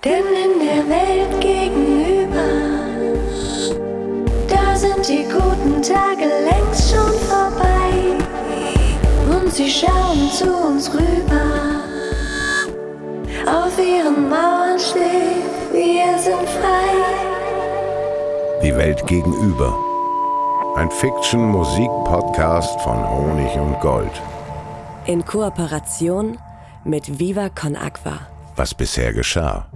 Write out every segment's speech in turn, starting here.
Denn in der Welt gegenüber, da sind die guten Tage längst schon vorbei. Und sie schauen zu uns rüber. Auf ihren Mauern steht, wir sind frei. Die Welt gegenüber. Ein Fiction-Musik-Podcast von Honig und Gold. In Kooperation mit Viva Con Agua. Was bisher geschah.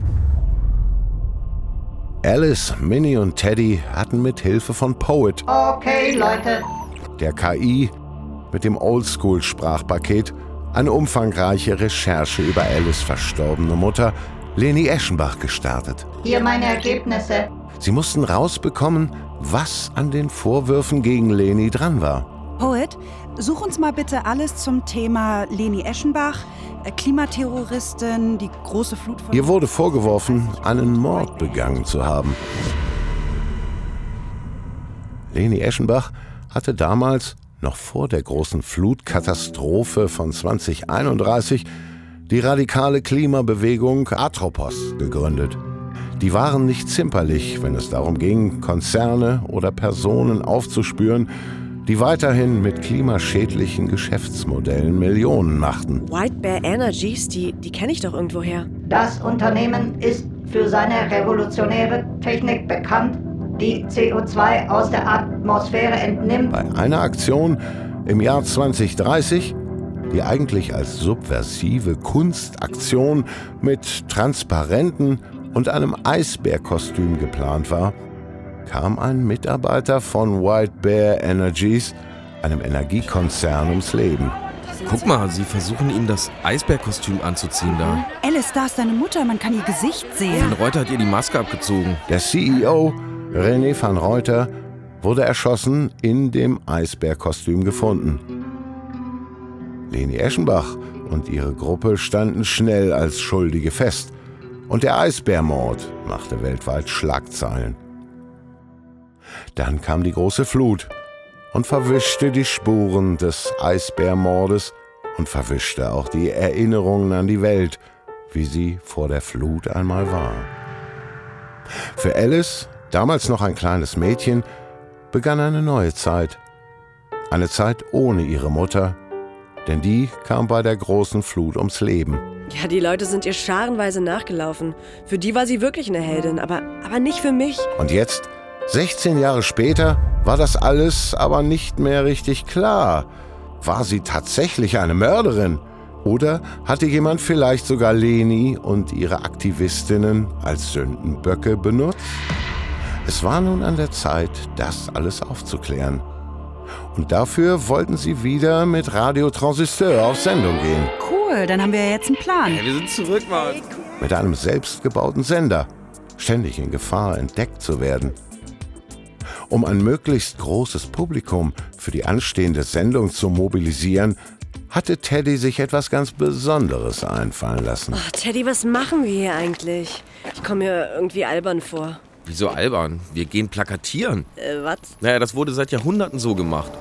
Alice, Minnie und Teddy hatten mit Hilfe von Poet, Okay, Leute. der KI, mit dem Oldschool-Sprachpaket eine umfangreiche Recherche über Alice' verstorbene Mutter, Leni Eschenbach, gestartet. Hier meine Ergebnisse. Sie mussten rausbekommen, was an den Vorwürfen gegen Leni dran war. Poet, such uns mal bitte alles zum Thema Leni Eschenbach, Klimaterroristin, die große Flut von... Ihr wurde vorgeworfen, einen Mord begangen zu haben. Leni Eschenbach hatte damals, noch vor der großen Flutkatastrophe von 2031, die radikale Klimabewegung Atropos gegründet. Die waren nicht zimperlich, wenn es darum ging, Konzerne oder Personen aufzuspüren, die weiterhin mit klimaschädlichen Geschäftsmodellen Millionen machten. White Bear Energies, die kenne ich doch irgendwoher. Das Unternehmen ist für seine revolutionäre Technik bekannt, die CO2 aus der Atmosphäre entnimmt. Bei einer Aktion im Jahr 2030, die eigentlich als subversive Kunstaktion mit Transparenten und einem Eisbärkostüm geplant war, kam ein Mitarbeiter von White Bear Energies, einem Energiekonzern, ums Leben. Guck mal, sie versuchen ihm das Eisbärkostüm anzuziehen da. Alice, da ist deine Mutter, man kann ihr Gesicht sehen. Van Reuter hat ihr die Maske abgezogen. Der CEO, René van Reuter, wurde erschossen, in dem Eisbärkostüm gefunden. Leni Eschenbach und ihre Gruppe standen schnell als Schuldige fest. Und der Eisbärmord machte weltweit Schlagzeilen. Dann kam die große Flut und verwischte die Spuren des Eisbärmordes und verwischte auch die Erinnerungen an die Welt, wie sie vor der Flut einmal war. Für Alice, damals noch ein kleines Mädchen, begann eine neue Zeit. Eine Zeit ohne ihre Mutter, denn die kam bei der großen Flut ums Leben. Ja, die Leute sind ihr scharenweise nachgelaufen. Für die war sie wirklich eine Heldin, aber nicht für mich. Und jetzt, 16 Jahre später, war das alles aber nicht mehr richtig klar. War sie tatsächlich eine Mörderin? Oder hatte jemand vielleicht sogar Leni und ihre Aktivistinnen als Sündenböcke benutzt? Es war nun an der Zeit, das alles aufzuklären. Und dafür wollten sie wieder mit Radio Transistor auf Sendung gehen. Cool, dann haben wir ja jetzt einen Plan. Wir sind zurück, Mann. Mit einem selbstgebauten Sender, ständig in Gefahr, entdeckt zu werden. Um ein möglichst großes Publikum für die anstehende Sendung zu mobilisieren, hatte Teddy sich etwas ganz Besonderes einfallen lassen. Ach, Teddy, was machen wir hier eigentlich? Ich komme mir irgendwie albern vor. Wieso albern? Wir gehen plakatieren. Was? Naja, das wurde seit Jahrhunderten so gemacht.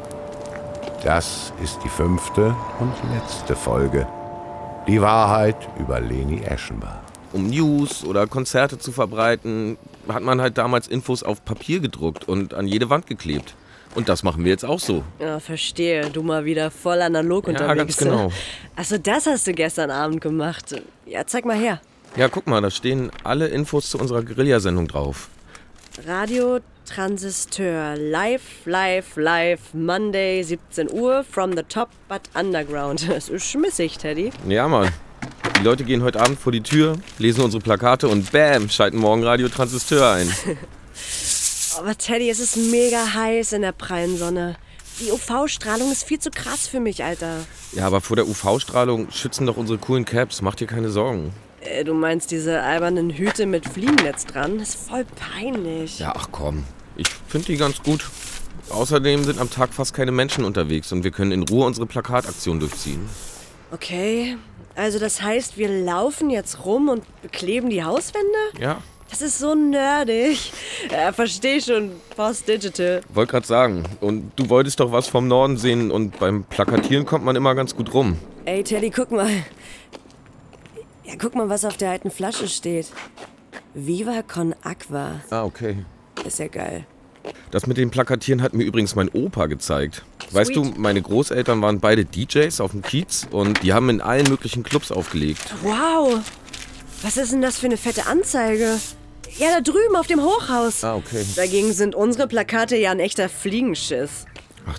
Das ist die 5. und letzte Folge. Die Wahrheit über Leni Eschenbach. Um News oder Konzerte zu verbreiten, hat man halt damals Infos auf Papier gedruckt und an jede Wand geklebt. Und das machen wir jetzt auch so. Ja, verstehe. Du mal wieder voll analog unterwegs. Ja, ganz genau. Achso, das hast du gestern Abend gemacht. Ja, zeig mal her. Ja, guck mal, da stehen alle Infos zu unserer Guerilla-Sendung drauf. Radio Transistor. Live, Monday, 17 Uhr, from the top but underground. Es ist schmissig, Teddy. Ja, Mann. Die Leute gehen heute Abend vor die Tür, lesen unsere Plakate und bam, schalten morgen Radio Transistor ein. Aber Teddy, es ist mega heiß in der prallen Sonne. Die UV-Strahlung ist viel zu krass für mich, Alter. Ja, aber vor der UV-Strahlung schützen doch unsere coolen Caps. Mach dir keine Sorgen. Du meinst diese albernen Hüte mit Fliegennetz dran? Das ist voll peinlich. Ja, ach komm. Ich finde die ganz gut. Außerdem sind am Tag fast keine Menschen unterwegs und wir können in Ruhe unsere Plakataktion durchziehen. Okay, also das heißt, wir laufen jetzt rum und bekleben die Hauswände? Ja. Das ist so nerdig. Versteh schon, Post-Digital. Wollte gerade sagen. Und du wolltest doch was vom Norden sehen und beim Plakatieren kommt man immer ganz gut rum. Ey, Teddy, guck mal. Ja, guck mal, was auf der alten Flasche steht. Viva con Aqua. Ah, okay. Ist ja geil. Das mit dem Plakatieren hat mir übrigens mein Opa gezeigt. Weißt du, meine Großeltern waren beide DJs auf dem Kiez und die haben in allen möglichen Clubs aufgelegt. Wow. Was ist denn das für eine fette Anzeige? Ja, da drüben auf dem Hochhaus. Ah, okay. Dagegen sind unsere Plakate ja ein echter Fliegenschiss. Ach,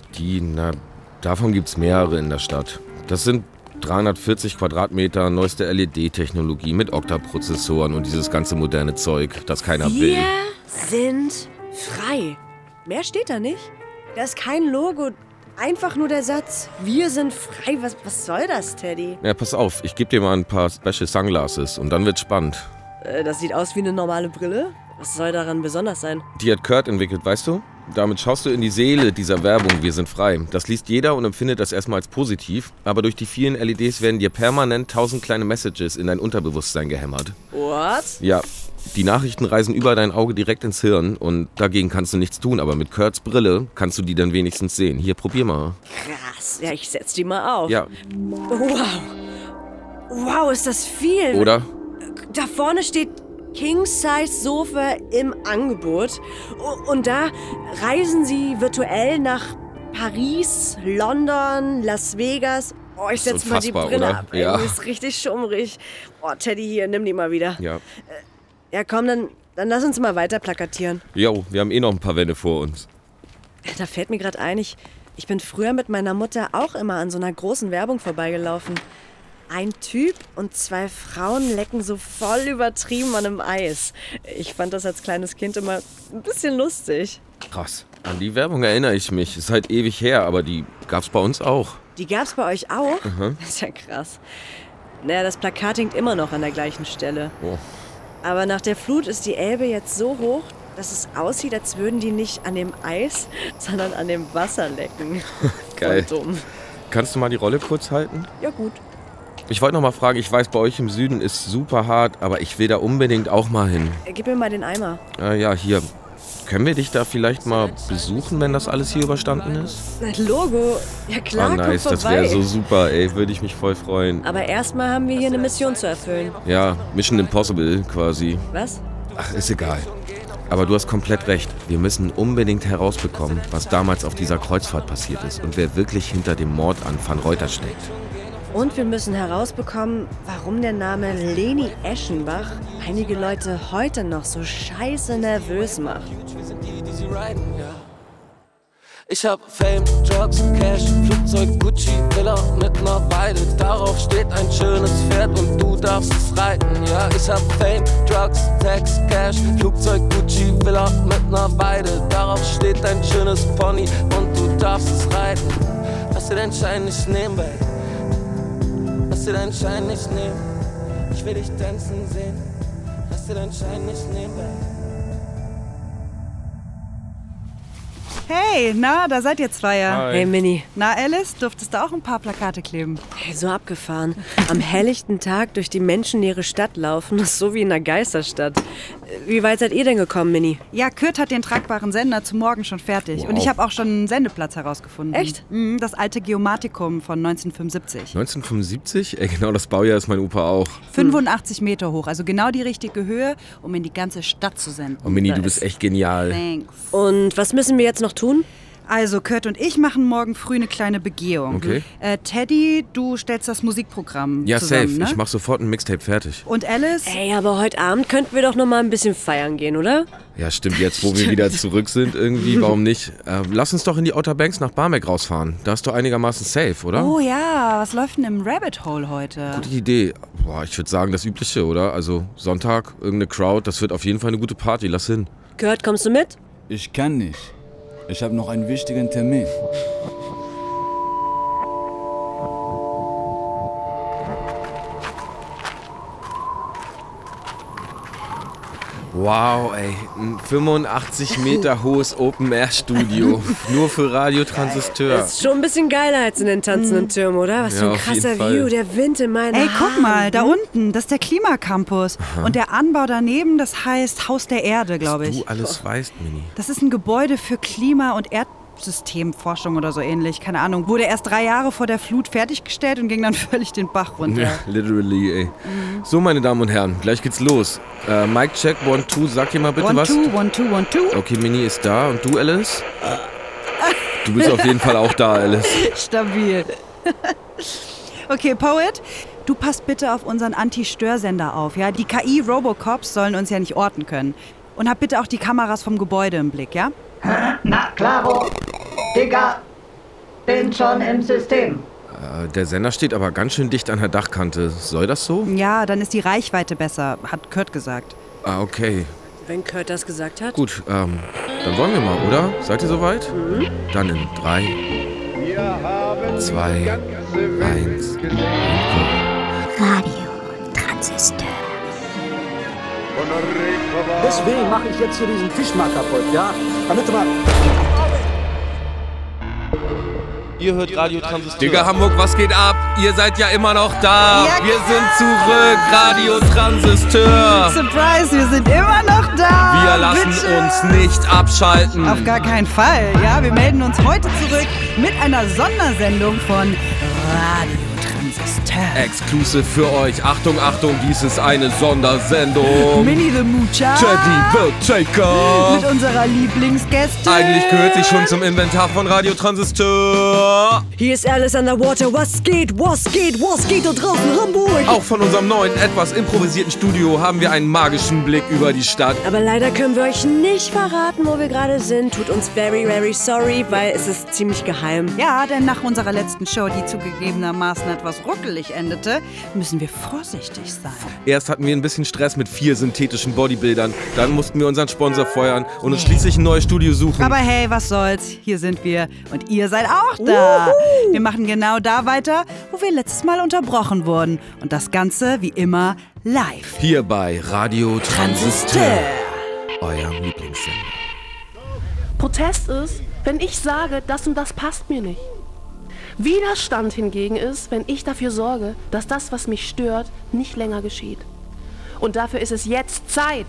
davon gibt's mehrere in der Stadt. Das sind 340 Quadratmeter, neueste LED-Technologie mit Okta-Prozessoren und dieses ganze moderne Zeug, das keiner will. Wir sind frei. Mehr steht da nicht. Da ist kein Logo, einfach nur der Satz. Wir sind frei. Was soll das, Teddy? Ja, pass auf, ich gebe dir mal ein paar Special Sunglasses und dann wird's spannend. Das sieht aus wie eine normale Brille. Was soll daran besonders sein? Die hat Kurt entwickelt, weißt du? Damit schaust du in die Seele dieser Werbung, wir sind frei. Das liest jeder und empfindet das erstmal als positiv. Aber durch die vielen LEDs werden dir permanent 1000 kleine Messages in dein Unterbewusstsein gehämmert. What? Ja, die Nachrichten reisen über dein Auge direkt ins Hirn und dagegen kannst du nichts tun. Aber mit Kurts Brille kannst du die dann wenigstens sehen. Hier, probier mal. Krass. Ja, ich setz die mal auf. Ja. Wow. Wow, ist das viel. Oder? Da vorne steht King-Size-Sofa im Angebot. Und da reisen sie virtuell nach Paris, London, Las Vegas. Oh, ich setze mal die Brille oder? ab. Ja. Ey, ist richtig schummrig. Oh, Teddy, hier, nimm die mal wieder. Ja. Ja, komm, dann lass uns mal weiter plakatieren. Jo, wir haben eh noch ein paar Wände vor uns. Da fällt mir gerade ein, ich bin früher mit meiner Mutter auch immer an so einer großen Werbung vorbeigelaufen. Ein Typ und 2 Frauen lecken so voll übertrieben an einem Eis. Ich fand das als kleines Kind immer ein bisschen lustig. Krass. An die Werbung erinnere ich mich. Ist halt ewig her, aber die gab's bei uns auch. Die gab's bei euch auch? Mhm. Das ist ja krass. Naja, das Plakat hängt immer noch an der gleichen Stelle. Oh. Aber nach der Flut ist die Elbe jetzt so hoch, dass es aussieht, als würden die nicht an dem Eis, sondern an dem Wasser lecken. Geil. Voll dumm. Kannst du mal die Rolle kurz halten? Ja gut. Ich wollte noch mal fragen, ich weiß, bei euch im Süden ist super hart, aber ich will da unbedingt auch mal hin. Gib mir mal den Eimer. Ja, hier. Können wir dich da vielleicht mal besuchen, wenn das alles hier überstanden ist? Logo? Ja klar, Oh nice, komm das vorbei. wäre so super, ey. Würde ich mich voll freuen. Aber erstmal haben wir hier eine Mission zu erfüllen. Ja, Mission Impossible quasi. Was? Ach, ist egal. Aber du hast komplett recht. Wir müssen unbedingt herausbekommen, was damals auf dieser Kreuzfahrt passiert ist und wer wirklich hinter dem Mord an Van Reuter steckt. Und wir müssen herausbekommen, warum der Name Leni Eschenbach einige Leute heute noch so scheiße nervös macht. Wir sind die sie riden, ja. Ich hab Fame, Drugs, Cash, Flugzeug, Gucci, Villa mit ner Weide. Darauf steht ein schönes Pferd und du darfst es reiten. Ja, ich hab Fame, Drugs, Tax, Cash, Flugzeug, Gucci, Villa mit ner Weide. Darauf steht ein schönes Pony und du darfst es reiten. Lass dir deinen Schein nicht nehmen, Baby. Lass dir deinen Schein nicht nehmen. Ich will dich tanzen sehen. Lass dir deinen Schein nicht nehmen, Baby. Hey, na, da seid ihr zwei ja. Hi. Hey Minnie, Na, Alice, durftest du auch ein paar Plakate kleben? hey, so abgefahren. Am helllichten Tag durch die menschenleere Stadt laufen, ist so wie in einer Geisterstadt. Wie weit seid ihr denn gekommen, Minnie? Ja, Kurt hat den tragbaren Sender zu morgen schon fertig. Wow. Und ich habe auch schon einen Sendeplatz herausgefunden. Echt? Das alte Geomatikum von 1975. 1975? Ey, genau das Baujahr ist mein Opa auch. 85 Meter hoch, also genau die richtige Höhe, um in die ganze Stadt zu senden. Oh, Mini, du Nice. bist echt genial. Thanks. Und was müssen wir jetzt noch tun? Also, Kurt und ich machen morgen früh eine kleine Begehung. Okay. Teddy, du stellst das Musikprogramm Ja, zusammen, safe. ne? Ich mach sofort ein Mixtape fertig. Und Alice? Ey, aber heute Abend könnten wir doch noch mal ein bisschen feiern gehen, oder? Ja, stimmt, jetzt wo wir wieder zurück sind irgendwie, warum nicht? Lass uns doch in die Outer Banks nach Barmek rausfahren. Da ist doch einigermaßen safe, oder? Oh ja, was läuft denn im Rabbit Hole heute? Gute Idee. Boah, ich würde sagen, das Übliche, oder? Also Sonntag, irgendeine Crowd, das wird auf jeden Fall eine gute Party. Lass hin. Kurt, kommst du mit? Ich kann nicht. Ich habe noch einen wichtigen Termin. Wow, ey. Ein 85 Meter hohes Open-Air-Studio. Nur für Radiotransistor. Das ist schon ein bisschen geiler als in den tanzenden Türmen, oder? Was für Ja, ein auf jeden krasser Fall. View, der Wind in meinen Ey, Haaren. guck mal, da unten, das ist der Klimacampus. Und der Anbau daneben, das heißt Haus der Erde, glaube ich. Du alles weißt, Mini. Das ist ein Gebäude für Klima- und Systemforschung oder so ähnlich, keine Ahnung. Wurde erst 3 Jahre vor der Flut fertiggestellt und ging dann völlig den Bach runter. Ja, literally, ey. So, meine Damen und Herren, gleich geht's los. Mic check, 1, 2, sag dir mal bitte was. 1, 2, 1, 2, 1, 2. Okay, Mini ist da. Und du, Alice? Du bist auf jeden Fall auch da, Alice. Stabil. Okay, Poet, du passt bitte auf unseren Anti-Störsender auf, ja? Die KI-Robocops sollen uns ja nicht orten können. Und hab bitte auch die Kameras vom Gebäude im Blick, ja? Na, klaro. Digga, bin schon im System. Der Sender steht aber ganz schön dicht an der Dachkante. Soll das so? Ja, dann ist die Reichweite besser, hat Kurt gesagt. Ah, okay. Wenn Kurt das gesagt hat. Gut, dann wollen wir mal, oder? Seid ihr soweit? Dann in 3, 2, 1. Radio Transistor. Deswegen mache ich jetzt hier diesen Tisch mal kaputt, ja? Damit du mal... Ihr hört Radio Transistor. Digga, Hamburg, was geht ab? Ihr seid ja immer noch da. Ja, wir sind zurück, Radio Transistor. Surprise, wir sind immer noch da. Wir lassen uns nicht abschalten. Auf gar keinen Fall, ja? Wir melden uns heute zurück mit einer Sondersendung von Radio Transistor. Exclusive für euch. Achtung, Achtung, dies ist eine Sondersendung. Minnie the Moocher. Teddy the Taker. Mit unserer Lieblingsgästin. Eigentlich gehört sie schon zum Inventar von Radio Transistor. Hier ist Alice Underwater. Was geht da draußen, Hamburg? Auch von unserem neuen, etwas improvisierten Studio haben wir einen magischen Blick über die Stadt. Aber leider können wir euch nicht verraten, wo wir gerade sind. Tut uns very, very sorry, weil es ist ziemlich geheim. Ja, denn nach unserer letzten Show, die zugegebenermaßen etwas ruckelig endete, müssen wir vorsichtig sein. Erst hatten wir ein bisschen Stress mit 4 synthetischen Bodybuildern. Dann mussten wir unseren Sponsor feuern und uns schließlich ein neues Studio suchen. Aber hey, was soll's? Hier sind wir und ihr seid auch da. Wir machen genau da weiter, wo wir letztes Mal unterbrochen wurden. Und das Ganze, wie immer, live. Hier bei Radio Transistor. Eurem Lieblingssender. Protest ist, wenn ich sage, das und das passt mir nicht. Widerstand hingegen ist, wenn ich dafür sorge, dass das, was mich stört, nicht länger geschieht. Und dafür ist es jetzt Zeit.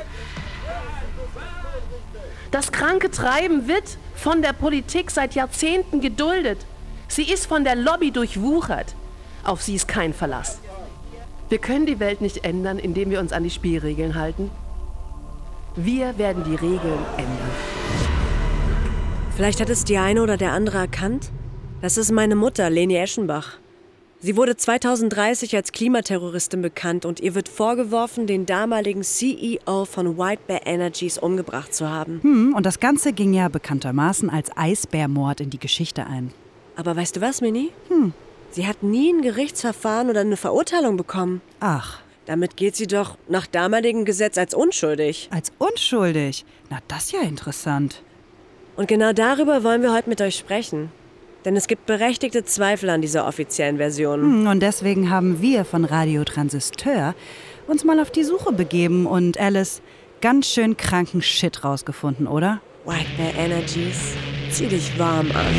Das kranke Treiben wird von der Politik seit Jahrzehnten geduldet. Sie ist von der Lobby durchwuchert. Auf sie ist kein Verlass. Wir können die Welt nicht ändern, indem wir uns an die Spielregeln halten. Wir werden die Regeln ändern. Vielleicht hat es die eine oder der andere erkannt. Das ist meine Mutter, Leni Eschenbach. Sie wurde 2030 als Klimaterroristin bekannt und ihr wird vorgeworfen, den damaligen CEO von White Bear Energies umgebracht zu haben. Und das Ganze ging ja bekanntermaßen als Eisbärmord in die Geschichte ein. Aber weißt du was, Mini? Sie hat nie ein Gerichtsverfahren oder eine Verurteilung bekommen. Ach. Damit gilt sie doch nach damaligem Gesetz als unschuldig. Als unschuldig? Na, das ist ja interessant. Und genau darüber wollen wir heute mit euch sprechen. Denn es gibt berechtigte Zweifel an dieser offiziellen Version. Und deswegen haben wir von Radio Transistor uns mal auf die Suche begeben und Alice, ganz schön kranken Shit rausgefunden, oder? White Bear Energies, zieh dich warm an.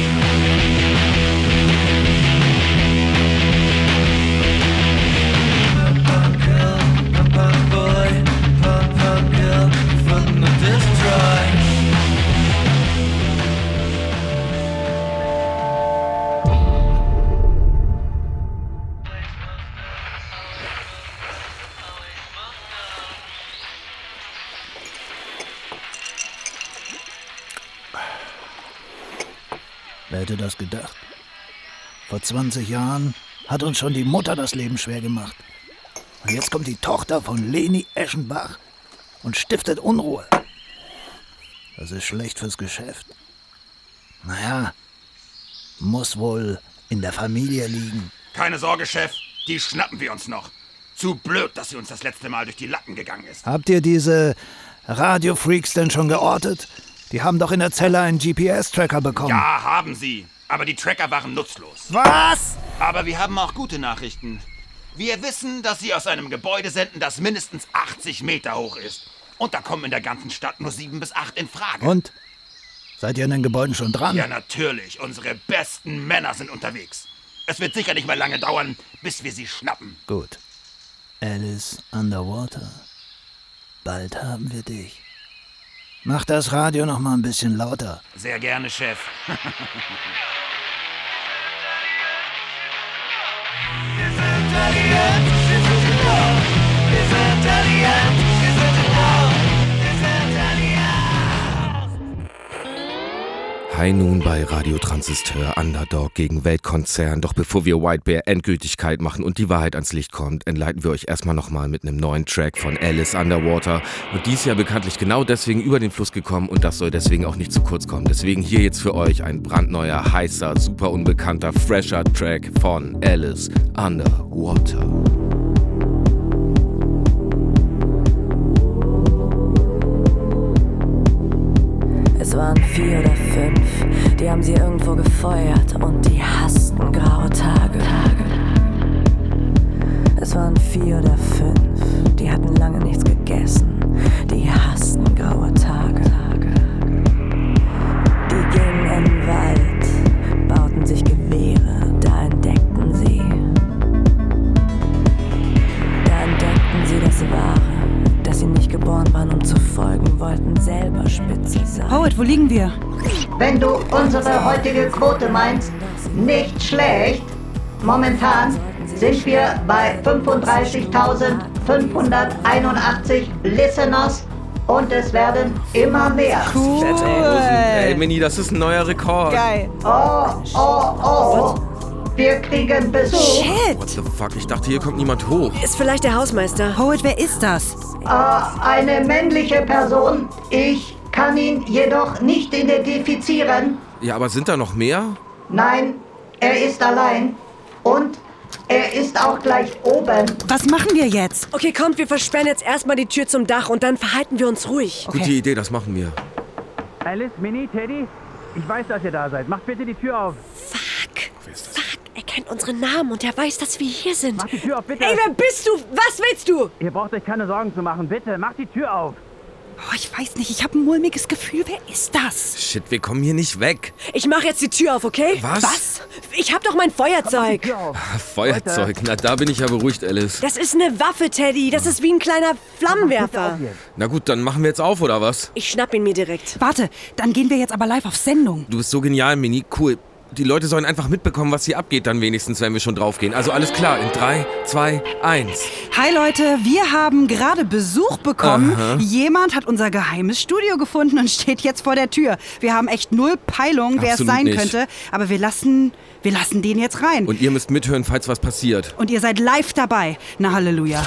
Wer hätte das gedacht? Vor 20 Jahren hat uns schon die Mutter das Leben schwer gemacht. Und jetzt kommt die Tochter von Leni Eschenbach und stiftet Unruhe. Das ist schlecht fürs Geschäft. Naja, muss wohl in der Familie liegen. Keine Sorge, Chef, die schnappen wir uns noch. Zu blöd, dass sie uns das letzte Mal durch die Lappen gegangen ist. Habt ihr diese Radio-Freaks denn schon geortet? Die haben doch in der Zelle einen GPS-Tracker bekommen. Ja, haben sie. Aber die Tracker waren nutzlos. Was? Aber wir haben auch gute Nachrichten. Wir wissen, dass sie aus einem Gebäude senden, das mindestens 80 Meter hoch ist. Und da kommen in der ganzen Stadt nur 7 bis 8 in Frage. Und? Seid ihr in den Gebäuden schon dran? Ja, natürlich. Unsere besten Männer sind unterwegs. Es wird sicher nicht mehr lange dauern, bis wir sie schnappen. Gut. Alice Underwater. Bald haben wir dich. Mach das Radio noch mal ein bisschen lauter. Sehr gerne, Chef. Hi nun bei Radio Transistor, Underdog gegen Weltkonzern. Doch bevor wir White Bear Endgültigkeit machen und die Wahrheit ans Licht kommt, entleiten wir euch erstmal nochmal mit einem neuen Track von Alice Underwater. Und dies Jahr bekanntlich genau deswegen über den Fluss gekommen und das soll deswegen auch nicht zu kurz kommen. Deswegen hier jetzt für euch ein brandneuer, heißer, super unbekannter, fresher Track von Alice Underwater. Es waren 4 oder 5, die haben sie irgendwo gefeuert und die hassten graue Tage. Es waren 4 oder 5, die hatten lange nichts gegessen, die hassten graue Tage. Die gingen in den Wald, bauten sich Gewehre, da entdeckten sie das Wahre. Dass sie nicht geboren waren, um zu folgen, wollten selber Spitze sein. Howard, wo liegen wir? Wenn du unsere heutige Quote meinst, nicht schlecht. Momentan sind wir bei 35.581 Listeners und es werden immer mehr. Cool. Ey, Mini, das ist ein neuer Rekord. Geil. Oh. Wir kriegen Besuch. Shit. What the fuck? Ich dachte, hier kommt niemand hoch. Ist vielleicht der Hausmeister. Howard, wer ist das? Eine männliche Person. Ich kann ihn jedoch nicht identifizieren. Ja, aber sind da noch mehr? Nein, er ist allein. Und er ist auch gleich oben. Was machen wir jetzt? Okay, kommt, wir versperren jetzt erstmal die Tür zum Dach und dann verhalten wir uns ruhig. Okay. Gute Idee, das machen wir. Alice, Minnie, Teddy, ich weiß, dass ihr da seid. Macht bitte die Tür auf. Fuck, er kennt unsere Namen und er weiß, dass wir hier sind. Mach die Tür auf, bitte. Ey, wer bist du? Was willst du? Ihr braucht euch keine Sorgen zu machen. Bitte, macht die Tür auf. Oh, ich weiß nicht, ich habe ein mulmiges Gefühl. Wer ist das? Shit, wir kommen hier nicht weg. Ich mache jetzt die Tür auf, okay? Was? Ich hab doch mein Feuerzeug. Feuerzeug, na da bin ich ja beruhigt, Alice. Das ist eine Waffe, Teddy. Das ist wie ein kleiner Flammenwerfer. Na gut, dann machen wir jetzt auf, oder was? Ich schnapp ihn mir direkt. Warte, dann gehen wir jetzt aber live auf Sendung. Du bist so genial, Mini. Cool. Die Leute sollen einfach mitbekommen, was hier abgeht, dann wenigstens, wenn wir schon draufgehen. Also alles klar, in 3, 2, 1. Hi Leute, wir haben gerade Besuch bekommen. Aha. Jemand hat unser geheimes Studio gefunden und steht jetzt vor der Tür. Wir haben echt null Peilung, wer Absolut es sein nicht. könnte. Aber wir lassen den jetzt rein. Und ihr müsst mithören, falls was passiert. Und ihr seid live dabei. Na Halleluja.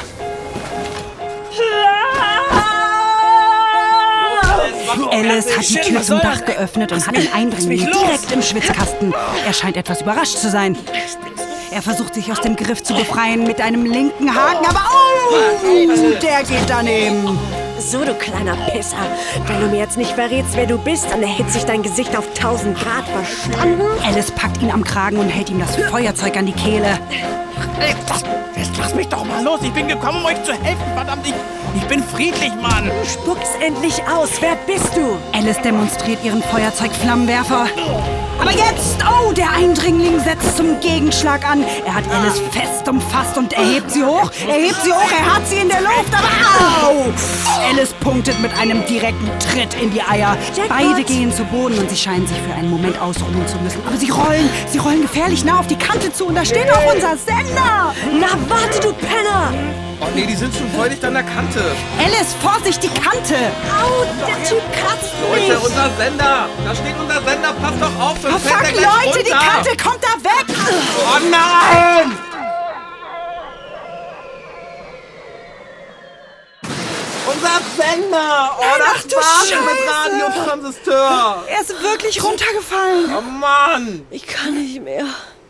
Alice hat die Tür zum Dach geöffnet und hat den Eindringling direkt im Schwitzkasten. Er scheint etwas überrascht zu sein. Er versucht sich aus dem Griff zu befreien mit einem linken Haken, aber der geht daneben. So, du kleiner Pisser. Wenn du mir jetzt nicht verrätst, wer du bist, dann erhitzt sich dein Gesicht auf 1000 Grad, verstanden? Alice packt ihn am Kragen und hält ihm das Feuerzeug an die Kehle. Jetzt lass mich doch mal los. Ich bin gekommen, um euch zu helfen. Verdammt, ich bin friedlich, Mann. Spuck's endlich aus. Wer bist du? Alice demonstriert ihren Feuerzeugflammenwerfer. Aber jetzt, der Eindringling setzt zum Gegenschlag an. Er hat Alice fest umfasst und er hebt sie hoch. Er hat sie in der Luft, aber au! Alice punktet mit einem direkten Tritt in die Eier. Beide gehen zu Boden und sie scheinen sich für einen Moment ausruhen zu müssen. Aber sie rollen gefährlich nah auf die Kante zu und da steht auch unser Sender. Na warte, du Penner! Oh nee, die sind schon voll dicht an der Kante. Alice, Vorsicht, die Kante! Au, der Typ kratzt mich! Leute, unser Sender! Da steht unser Sender, passt doch auf, sonst fällt der Fuck, gleich Leute, die runter. Kante kommt da weg! Oh nein! Unser Sender! Oh, Ach, das du war's Scheiße. mit Radio Transistor! Er ist wirklich runtergefallen. Oh Mann! Ich kann nicht mehr.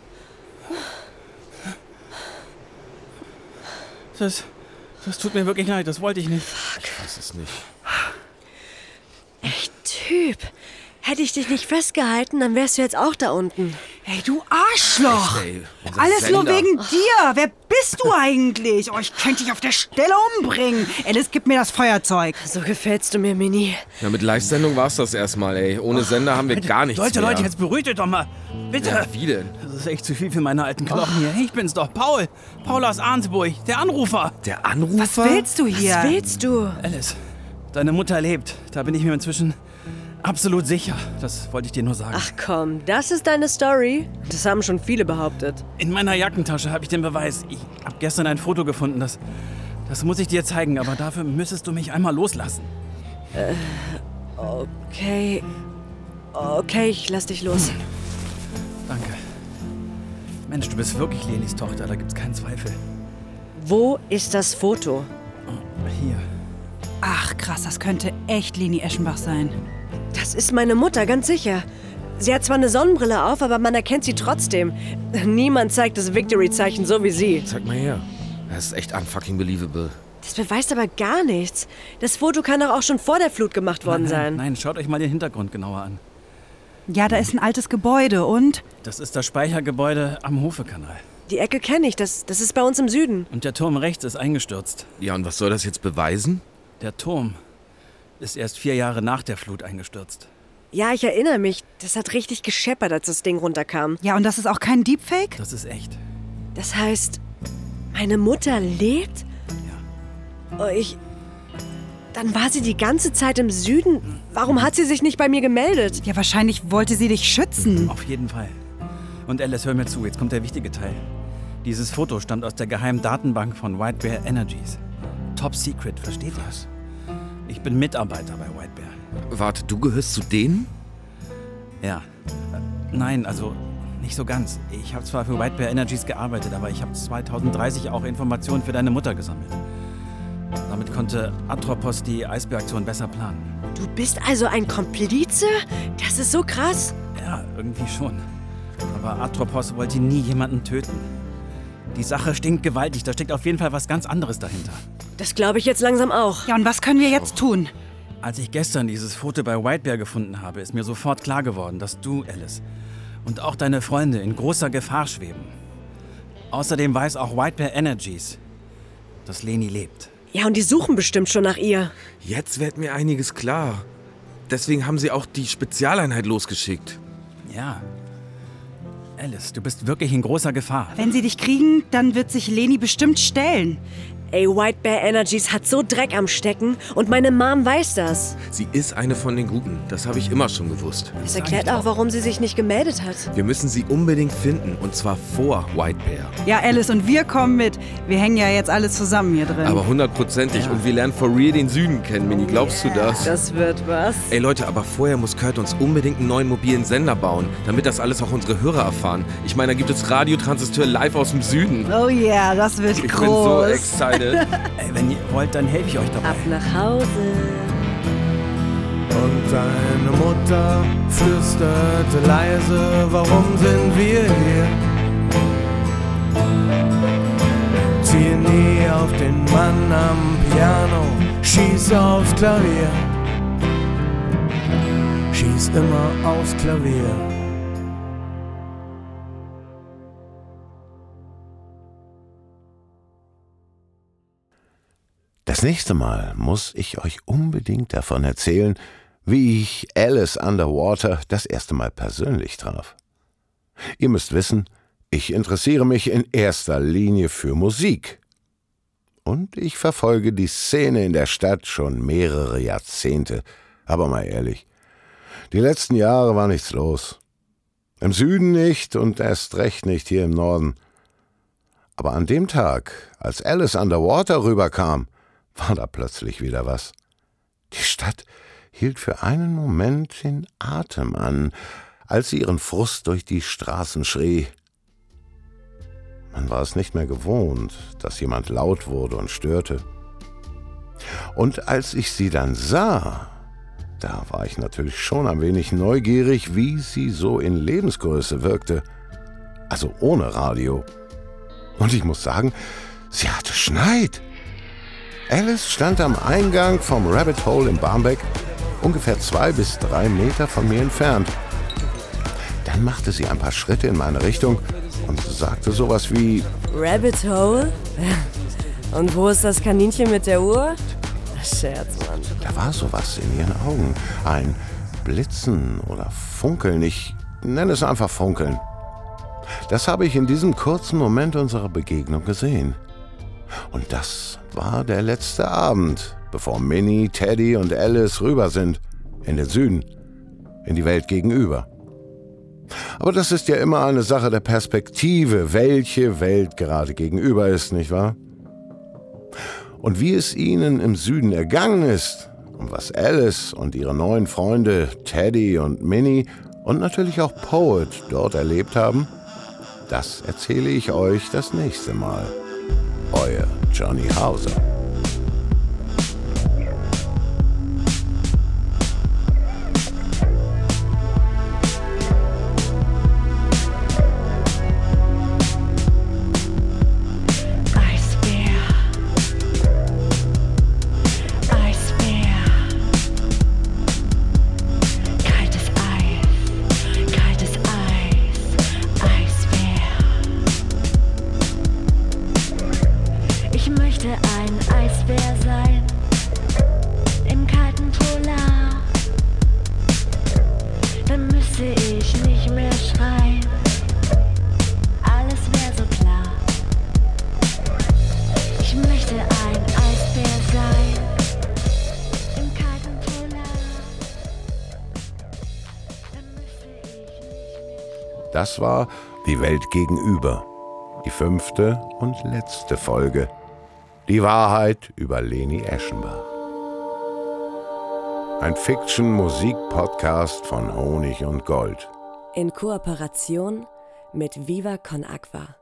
Das tut mir wirklich leid, das wollte ich nicht. Ich weiß es nicht. Echt Typ. Hätte ich dich nicht festgehalten, dann wärst du jetzt auch da unten. Hey, du Arschloch! Ey, unser Alles Sender. nur wegen dir! Wer bist du eigentlich? Oh, ich könnte dich auf der Stelle umbringen. Alice, gib mir das Feuerzeug. So gefällst du mir, Mini. Ja, mit Live-Sendung war's das erstmal, ey. Ohne Sender haben wir gar nichts mehr. Leute, jetzt beruhigt euch doch mal. Bitte. Ja, wie denn? Das ist echt zu viel für meine alten Knochen hier. Ich bin's doch, Paul. Paul aus Arnsburg, der Anrufer. Der Anrufer? Was willst du hier? Was willst du? Alice, Deine Mutter lebt. Da bin ich mir inzwischen absolut sicher. Das wollte ich dir nur sagen. Ach komm, das ist deine Story? Das haben schon viele behauptet. In meiner Jackentasche habe ich den Beweis. Ich habe gestern ein Foto gefunden, das muss ich dir zeigen, aber dafür müsstest du mich einmal loslassen. Okay. Okay, ich lass dich los. Danke. Mensch, du bist wirklich Lenis Tochter, da gibt's keinen Zweifel. Wo ist das Foto? Hier. Ach krass, das könnte echt Leni Eschenbach sein. Das ist meine Mutter, ganz sicher. Sie hat zwar eine Sonnenbrille auf, aber man erkennt sie trotzdem. Niemand zeigt das Victory-Zeichen so wie sie. Zeig mal her. Das ist echt unfucking believable. Das beweist aber gar nichts. Das Foto kann doch auch schon vor der Flut gemacht worden sein. Nein, schaut euch mal den Hintergrund genauer an. Ja, da ist ein altes Gebäude und? Das ist das Speichergebäude am Hofekanal. Die Ecke kenne ich, das ist bei uns im Süden. Und der Turm rechts ist eingestürzt. Ja, und was soll das jetzt beweisen? Der Turm ist erst 4 Jahre nach der Flut eingestürzt. Ja, ich erinnere mich. Das hat richtig gescheppert, als das Ding runterkam. Ja, und das ist auch kein Deepfake? Das ist echt. Das heißt, meine Mutter lebt? Ja. Oh, Dann war sie die ganze Zeit im Süden. Warum hat sie sich nicht bei mir gemeldet? Ja, wahrscheinlich wollte sie dich schützen. Auf jeden Fall. Und Alice, hör mir zu, jetzt kommt der wichtige Teil. Dieses Foto stammt aus der geheimen Datenbank von White Bear Energies. Top Secret, versteht ihr das? Ich bin Mitarbeiter bei White Bear. Warte, du gehörst zu denen? Ja. Nein, also nicht so ganz. Ich habe zwar für White Bear Energies gearbeitet, aber ich habe 2030 auch Informationen für deine Mutter gesammelt. Damit konnte Atropos die Eisbäraktion besser planen. Du bist also ein Komplize? Das ist so krass. Ja, irgendwie schon. Aber Atropos wollte nie jemanden töten. Die Sache stinkt gewaltig. Da steckt auf jeden Fall was ganz anderes dahinter. Das glaube ich jetzt langsam auch. Ja, und was können wir jetzt tun? Als ich gestern dieses Foto bei White Bear gefunden habe, ist mir sofort klar geworden, dass du, Alice, und auch deine Freunde in großer Gefahr schweben. Außerdem weiß auch White Bear Energies, dass Leni lebt. Ja, und die suchen bestimmt schon nach ihr. Jetzt wird mir einiges klar. Deswegen haben sie auch die Spezialeinheit losgeschickt. Ja. Alice, du bist wirklich in großer Gefahr. Wenn sie dich kriegen, dann wird sich Leni bestimmt stellen. Ey, White Bear Energies hat so Dreck am Stecken und meine Mom weiß das. Sie ist eine von den Guten. Das habe ich immer schon gewusst. Das erklärt auch, warum sie sich nicht gemeldet hat. Wir müssen sie unbedingt finden. Und zwar vor White Bear. Ja, Alice, und wir kommen mit. Wir hängen ja jetzt alle zusammen hier drin. Aber 100%ig. Ja. Und wir lernen for real den Süden kennen, Mini. Glaubst du das? Das wird was. Ey Leute, aber vorher muss Kurt uns unbedingt einen neuen mobilen Sender bauen, damit das alles auch unsere Hörer erfahren. Ich meine, da gibt es Radiotransistor live aus dem Süden. Oh yeah, das wird ich groß. Ich bin so excited. Ey, wenn ihr wollt, dann helfe ich euch dabei. Ab nach Hause. Und deine Mutter flüsterte leise, warum sind wir hier? Ziehe nie auf den Mann am Piano, schieße aufs Klavier. Schieß immer aufs Klavier. Das nächste Mal muss ich euch unbedingt davon erzählen, wie ich Alice Underwater das erste Mal persönlich traf. Ihr müsst wissen, ich interessiere mich in erster Linie für Musik. Und ich verfolge die Szene in der Stadt schon mehrere Jahrzehnte. Aber mal ehrlich, die letzten Jahre war nichts los. Im Süden nicht und erst recht nicht hier im Norden. Aber an dem Tag, als Alice Underwater rüberkam, war da plötzlich wieder was. Die Stadt hielt für einen Moment den Atem an, als sie ihren Frust durch die Straßen schrie. Man war es nicht mehr gewohnt, dass jemand laut wurde und störte. Und als ich sie dann sah, da war ich natürlich schon ein wenig neugierig, wie sie so in Lebensgröße wirkte. Also ohne Radio. Und ich muss sagen, sie hatte Schneid. Alice stand am Eingang vom Rabbit Hole in Barmbek, ungefähr 2 bis 3 Meter von mir entfernt. Dann machte sie ein paar Schritte in meine Richtung und sagte sowas wie: Rabbit Hole? Und wo ist das Kaninchen mit der Uhr? Scherz, Mann. Da war sowas in ihren Augen. Ein Blitzen oder Funkeln. Ich nenne es einfach Funkeln. Das habe ich in diesem kurzen Moment unserer Begegnung gesehen. Und das war der letzte Abend, bevor Minnie, Teddy und Alice rüber sind, in den Süden, in die Welt gegenüber. Aber das ist ja immer eine Sache der Perspektive, welche Welt gerade gegenüber ist, nicht wahr? Und wie es ihnen im Süden ergangen ist und was Alice und ihre neuen Freunde Teddy und Minnie und natürlich auch Poet dort erlebt haben, das erzähle ich euch das nächste Mal. Euer Johnny Hauser. Das war Die Welt gegenüber, die 5. und letzte Folge. Die Wahrheit über Leni Eschenbach. Ein Fiction-Musik-Podcast von Honig und Gold. In Kooperation mit Viva Con Agua.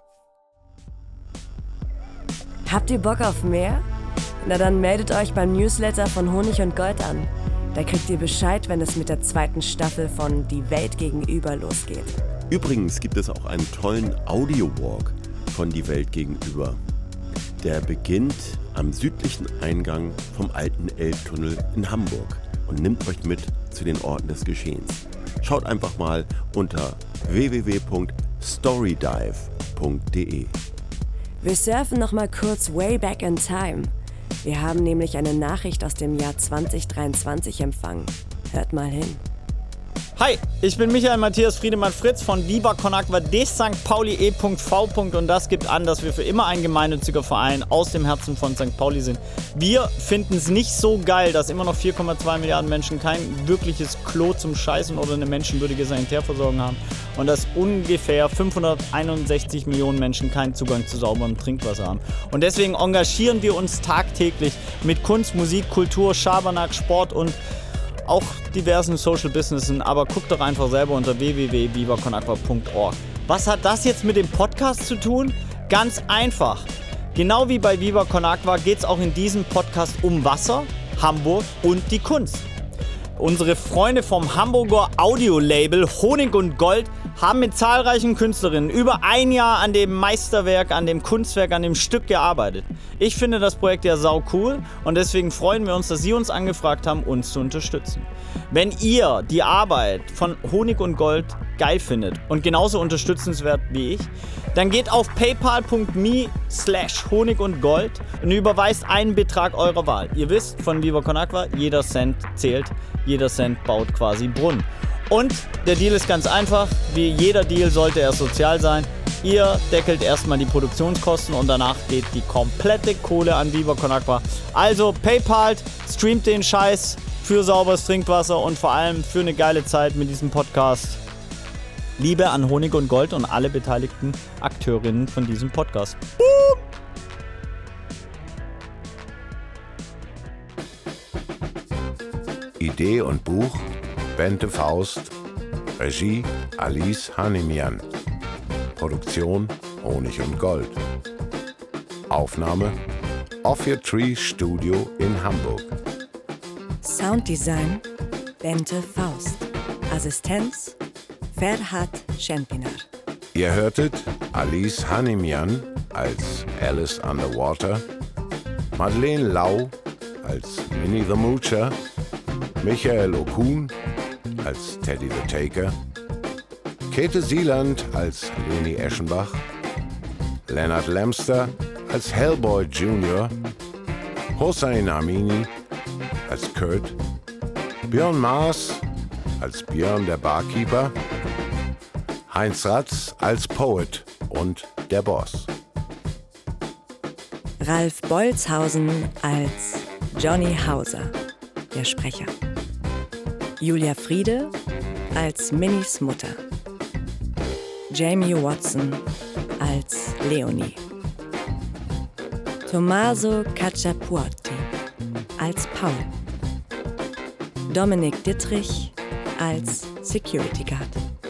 Habt ihr Bock auf mehr? Na dann meldet euch beim Newsletter von Honig und Gold an. Da kriegt ihr Bescheid, wenn es mit der 2. Staffel von Die Welt gegenüber losgeht. Übrigens gibt es auch einen tollen Audio-Walk von Die Welt gegenüber. Der beginnt am südlichen Eingang vom alten Elbtunnel in Hamburg und nimmt euch mit zu den Orten des Geschehens. Schaut einfach mal unter www.storydive.de. Wir surfen noch mal kurz way back in time. Wir haben nämlich eine Nachricht aus dem Jahr 2023 empfangen. Hört mal hin. Hi, ich bin Michael Matthias Friedemann Fritz von Viva Con Agua de St. Pauli e.v. und das gibt an, dass wir für immer ein gemeinnütziger Verein aus dem Herzen von St. Pauli sind. Wir finden es nicht so geil, dass immer noch 4,2 Milliarden Menschen kein wirkliches Klo zum Scheißen oder eine menschenwürdige Sanitärversorgung haben und dass ungefähr 561 Millionen Menschen keinen Zugang zu sauberem Trinkwasser haben. Und deswegen engagieren wir uns tagtäglich mit Kunst, Musik, Kultur, Schabernack, Sport und auch diversen Social Businessen, aber guckt doch einfach selber unter www.vivaconagua.org. Was hat das jetzt mit dem Podcast zu tun? Ganz einfach. Genau wie bei Viva Con Agua geht es auch in diesem Podcast um Wasser, Hamburg und die Kunst. Unsere Freunde vom Hamburger Audiolabel Honig und Gold haben mit zahlreichen Künstlerinnen über ein Jahr an dem Meisterwerk, an dem Kunstwerk, an dem Stück gearbeitet. Ich finde das Projekt ja sau cool und deswegen freuen wir uns, dass Sie uns angefragt haben, uns zu unterstützen. Wenn ihr die Arbeit von Honig und Gold geil findet und genauso unterstützenswert wie ich, dann geht auf paypal.me/Honig und Gold und überweist einen Betrag eurer Wahl. Ihr wisst von Viva Con Agua, jeder Cent zählt, jeder Cent baut quasi Brunnen. Und der Deal ist ganz einfach, wie jeder Deal sollte er sozial sein. Ihr deckelt erstmal die Produktionskosten und danach geht die komplette Kohle an Viva Con Agua. Also PayPal, streamt den Scheiß für sauberes Trinkwasser und vor allem für eine geile Zeit mit diesem Podcast. Liebe an Honig und Gold und alle beteiligten Akteurinnen von diesem Podcast. Boom! Idee und Buch Bente Faust, Regie Alice Hanimian, Produktion Honig und Gold, Aufnahme Off Your Tree Studio in Hamburg, Sounddesign Bente Faust, Assistenz Ferhat Şenpınar. Ihr hörtet Alice Hanimian als Alice Underwater, Madeleine Lau als Minnie the Moocher, Michael Okun als Teddy the Taker, Käthe Sieland als Leni Eschenbach, Leonard Lemster als Hellboy Jr., Hossein Amini als Kurt, Björn Maas als Björn der Barkeeper, Heinz Ratz als Poet und der Boss. Ralf Bolzhausen als Johnny Hauser, der Sprecher. Julia Friede als Minnys Mutter. Jamie Watson als Leonie. Tommaso Cacciapuoti als Paul. Dominik Dittrich als Security Guard.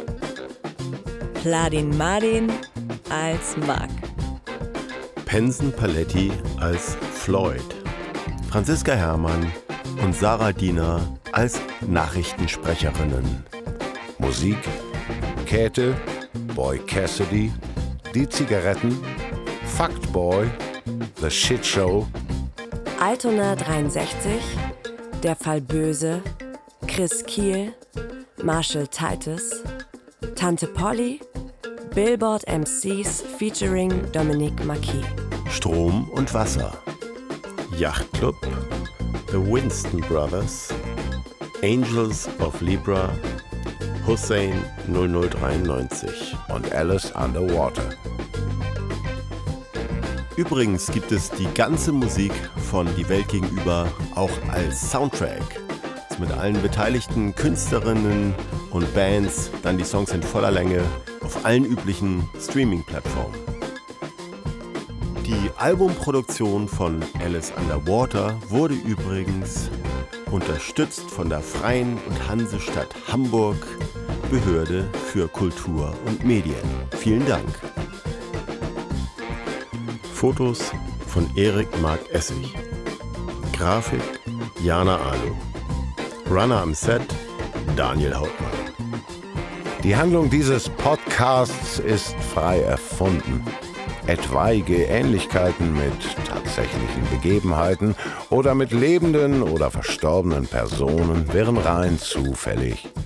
Pladin Mardin als Mark. Pensen Paletti als Floyd. Franziska Herrmann und Sarah Diener als Nachrichtensprecherinnen. Musik: Käthe, Boy Cassidy, Die Zigaretten, Fucked-Boy, The Shit Show, Altona 63, Der Fall Böse, Chris Kiel, Marshall Titus, Tante Polly, Billboard MCs featuring Dominique Marquis. Strom und Wasser. Yachtclub, The Winston Brothers, Angels of Libra, Hussein 0093 und Alice Underwater. Übrigens gibt es die ganze Musik von Die Welt gegenüber auch als Soundtrack. Mit allen beteiligten Künstlerinnen und Bands, dann die Songs in voller Länge auf allen üblichen Streaming-Plattformen. Die Albumproduktion von Alice Underwater wurde übrigens unterstützt von der Freien und Hansestadt Hamburg, Behörde für Kultur und Medien. Vielen Dank. Fotos von Erik Mark Essig. Grafik Jana Alu. Runner am Set Daniel Hauptmann. Die Handlung dieses Podcasts ist frei erfunden. Etwaige Ähnlichkeiten mit tatsächlichen Begebenheiten oder mit lebenden oder verstorbenen Personen wären rein zufällig.